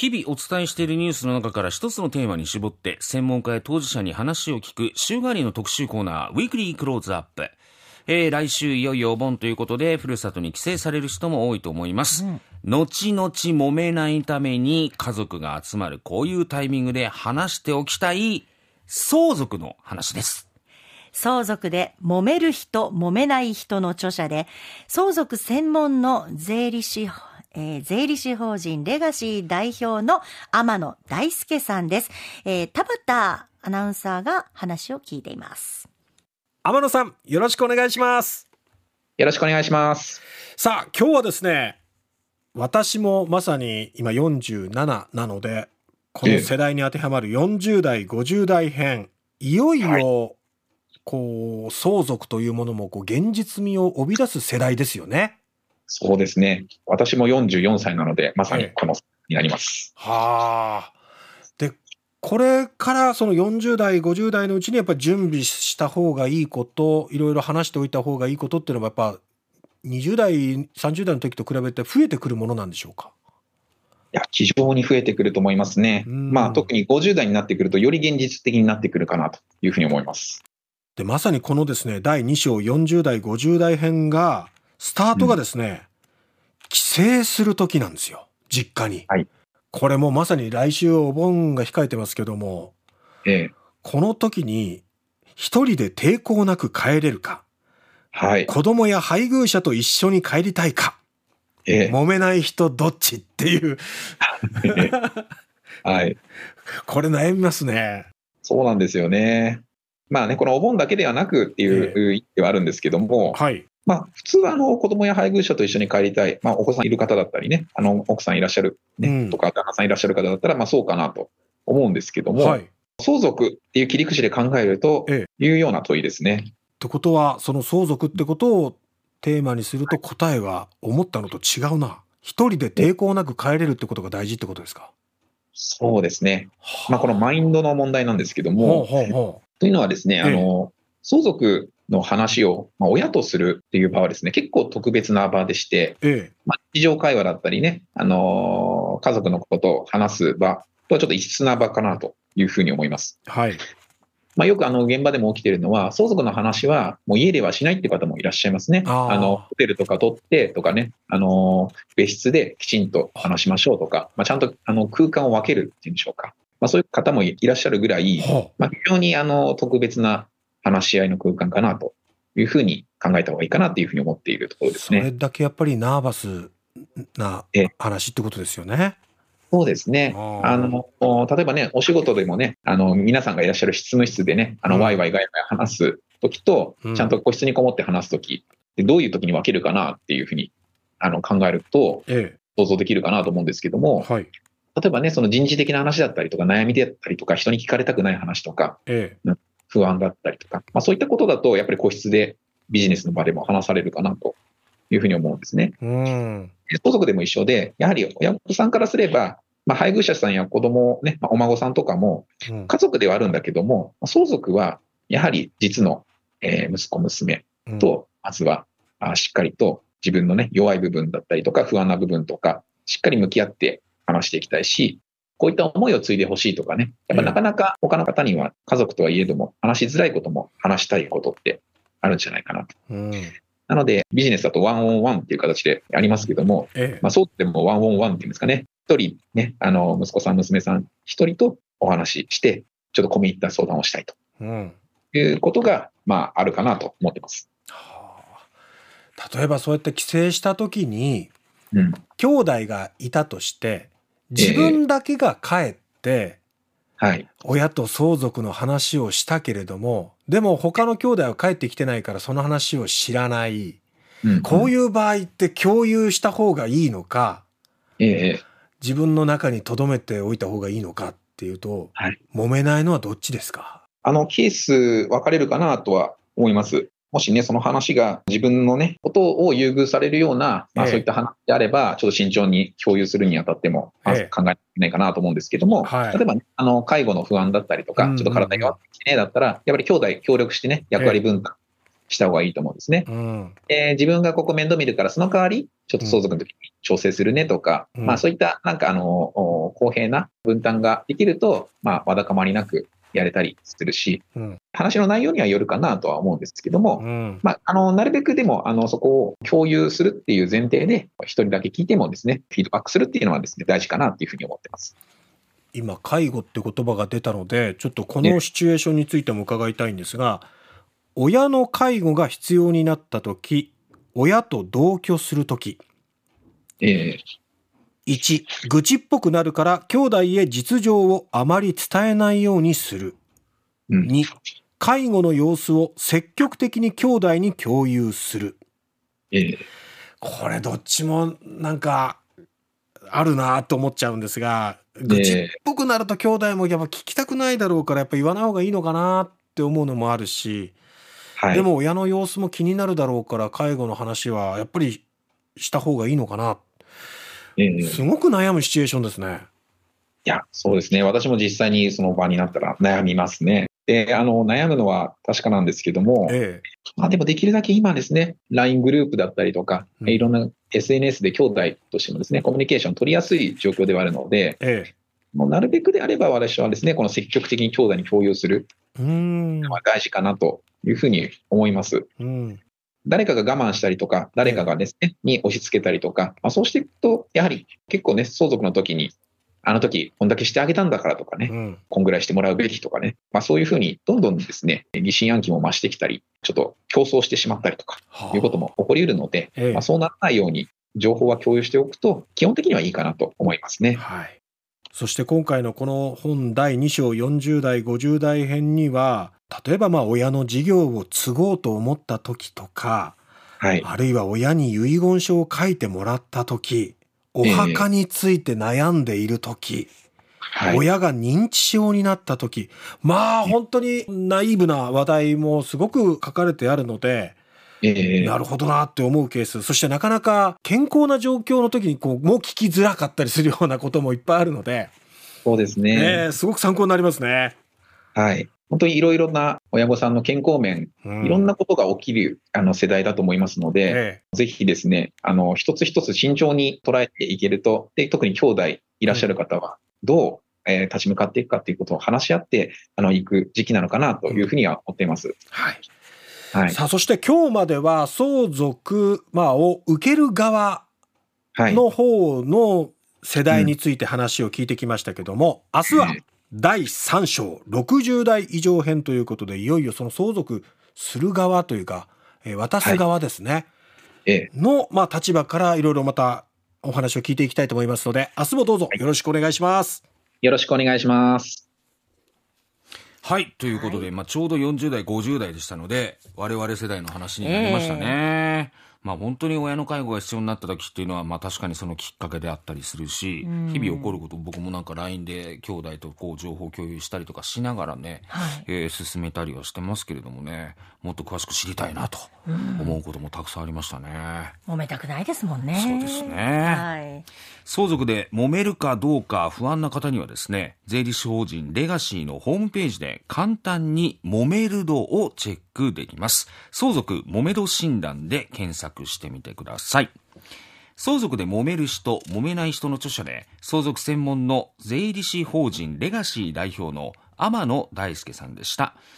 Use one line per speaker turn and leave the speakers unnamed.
日々お伝えしているニュースの中から一つのテーマに絞って専門家や当事者に話を聞く週替わりの特集コーナー、ウィークリークローズアップ。来週いよいよお盆ということでふるさとに帰省される人も多いと思います、後々揉めないために家族が集まるこういうタイミングで話しておきたい相続の話です。
相続で揉める人揉めない人の著者で相続専門の税理士法人レガシー代表の天野大輔さんです。田畑アナウンサーが話を聞いています。
天野さん、よろしくお願いします。
よろしくお願いします。
さあ、今日はですね、私もまさに今47なので、この世代に当てはまる40代50代編、いよいよこう相続というものも現実味を帯び出す世代ですよね。
そうですね。私も44歳なのでまさにこのになります。
はあ。で、これからその40代50代のうちにやっぱり準備した方がいいこと、いろいろ話しておいた方がいいことっていうのはやっぱ20代30代の時と比べて増えてくるものなんでしょうか。
いや、非常に増えてくると思いますね。特に50代になってくるとより現実的になってくるかなというふうに思います。
で、まさにこのですね、第2章40代50代編がスタートがですね、帰省する時なんですよ、実家に。これもまさに来週お盆が控えてますけども、この時に一人で抵抗なく帰れるか、子供や配偶者と一緒に帰りたいか、揉めない人どっちっていうこれ悩みますね。
そうなんですよね。まあね、このお盆だけではなくっていう意味はあるんですけども、普通は子供や配偶者と一緒に帰りたい、お子さんいる方だったりね、奥さんいらっしゃる、とか旦那さんいらっしゃる方だったらそうかなと思うんですけども、相続っていう切り口で考えるというような問いですね。
ってことはその相続ってことをテーマにすると答えは思ったのと違うな。一人で抵抗なく帰れるってことが大事ってことですか。
そうですね。このマインドの問題なんですけども、というのはですね、相続の話を親とするっていう場はですね、結構特別な場でして、日常会話だったりね、家族のことを話す場とはちょっと異質な場かなというふうに思います。よく現場でも起きているのは、相続の話はもう家ではしないっていう方もいらっしゃいますね。ホテルとか取ってとかね、別室できちんと話しましょうとか、ちゃんと空間を分けるっていうんでしょうか。そういう方もいらっしゃるぐらい、非常に特別な話し合いの空間かなというふうに考えた方がいいかなというふうに思っているところですね。
それだけやっぱりナーバスな話ってことですよね。
そうですね。例えばね、お仕事でもね、皆さんがいらっしゃる執務室でね、ワイワイガヤガヤ話すときと、ちゃんと個室にこもって話すとき、どういうときに分けるかなっていうふうに考えると、想像できるかなと思うんですけども、例えばね、その人事的な話だったりとか、悩みだったりとか、人に聞かれたくない話とか、不安だったりとか、そういったことだと、やっぱり個室でビジネスの場でも話されるかなというふうに思うんですね。相続でも一緒で、やはり親御さんからすれば、配偶者さんや子供ね、お孫さんとかも家族ではあるんだけども、相続はやはり実の息子娘とまずはしっかりと自分のね弱い部分だったりとか不安な部分とかしっかり向き合って話していきたいし、こういった思いを継いでほしいとかね、やっぱなかなか他の方には家族とはいえども話しづらいことも話したいことってあるんじゃないかなと。なのでビジネスだとワンオンワンっていう形でありますけども、そうでもワンオンワンっていうんですかね、一人ね、息子さん娘さん一人とお話ししてちょっと込み入った相談をしたいということがあるかなと思ってます。
例えばそうやって帰省した時に、兄弟がいたとして自分だけが帰って、親と相続の話をしたけれども、でも他の兄弟は帰ってきてないからその話を知らない、こういう場合って共有した方がいいのか、自分の中に留めておいた方がいいのかっていうと、揉めないのはどっちですか？
ケース分かれるかなとは思います。もしね、その話が自分のね、ことを優遇されるような、そういった話であれば、ちょっと慎重に共有するにあたっても、考えないかなと思うんですけども、例えばね、介護の不安だったりとか、ちょっと体弱ってきてね、だったら、やっぱり兄弟協力してね、役割分担、 した方がいいと思うんですね。自分がここ面倒見るから、その代わり、ちょっと相続の時に調整するねとか、そういった、公平な分担ができると、わだかまりなくやれたりするし、話の内容にはよるかなとは思うんですけども、なるべくでも、そこを共有するっていう前提で、一人だけ聞いてもですね、フィードバックするっていうのはですね、大事かなっていうふうに思ってます。
今、介護って言葉が出たので、ちょっとこのシチュエーションについても伺いたいんですが、親の介護が必要になったとき、親と同居するとき。1、愚痴っぽくなるから兄弟へ実情をあまり伝えないようにする。2、介護の様子を積極的に兄弟に共有する。これどっちもなんかあるなと思っちゃうんですが、愚痴っぽくなると兄弟もやっぱ聞きたくないだろうから、やっぱ言わない方がいいのかなって思うのもあるし、でも親の様子も気になるだろうから介護の話はやっぱりした方がいいのかな。すごく悩むシチュエーションですね。
いや、そうですね。私も実際にその場になったら悩みますね。で、悩むのは確かなんですけども、でもできるだけ今ですね、LINE グループだったりとか、いろんな SNS で兄弟としてもですね、コミュニケーション取りやすい状況ではあるので、もうなるべくであれば私はですね、この積極的に兄弟に共有するのは大事かなというふうに思います。誰かが我慢したりとか、誰かがですね、に押し付けたりとか、そうしていくと、やはり結構ね、相続の時に、あの時こんだけしてあげたんだからとかね、こんぐらいしてもらうべきとかね、そういうふうにどんどんですね、疑心暗鬼も増してきたり、ちょっと競争してしまったりとか、いうことも起こり得るので、そうならないように情報は共有しておくと、基本的にはいいかなと思いますね。
そして今回のこの本第2章40代50代編には、例えば親の事業を継ごうと思った時とか、あるいは親に遺言書を書いてもらった時、お墓について悩んでいる時、親が認知症になった時、本当にナイーブな話題もすごく書かれてあるので、なるほどなって思うケース、そしてなかなか健康な状況の時にもう聞きづらかったりするようなこともいっぱいあるので、
そうですね。
すごく参考になりますね。
本当にいろいろな親御さんの健康面、いろんなことが起きる世代だと思いますので、ぜひですね、一つ一つ慎重に捉えていけると、で特に兄弟いらっしゃる方はどう立ち向かっていくかということを話し合っていく時期なのかなというふうには思っています。
さあ、そして今日までは相続、を受ける側の方の世代について話を聞いてきましたけども、明日は第3章60代以上編ということで、いよいよその相続する側というか、渡す側ですね、の、立場からいろいろまたお話を聞いていきたいと思いますので、明日もどうぞよろしくお願いします。
よろしくお願いします。
ということで、ちょうど40代50代でしたので、我々世代の話になりましたね。本当に親の介護が必要になった時っていうのは、確かにそのきっかけであったりするし、日々起こること、僕もなんか LINE で兄弟と情報共有したりとかしながらね、進めたりはしてますけれどもね、もっと詳しく知りたいなと思うこともたくさんありましたね。
揉めたくないですもんね。
そうですね。相続で揉めるかどうか不安な方にはですね、税理士法人レガシーのホームページで簡単に揉める度をチェックできます。相続揉め度診断で検索してみてください。相続で揉める人、揉めない人の著者で、相続専門の税理士法人レガシー代表の天野大輔さんでした。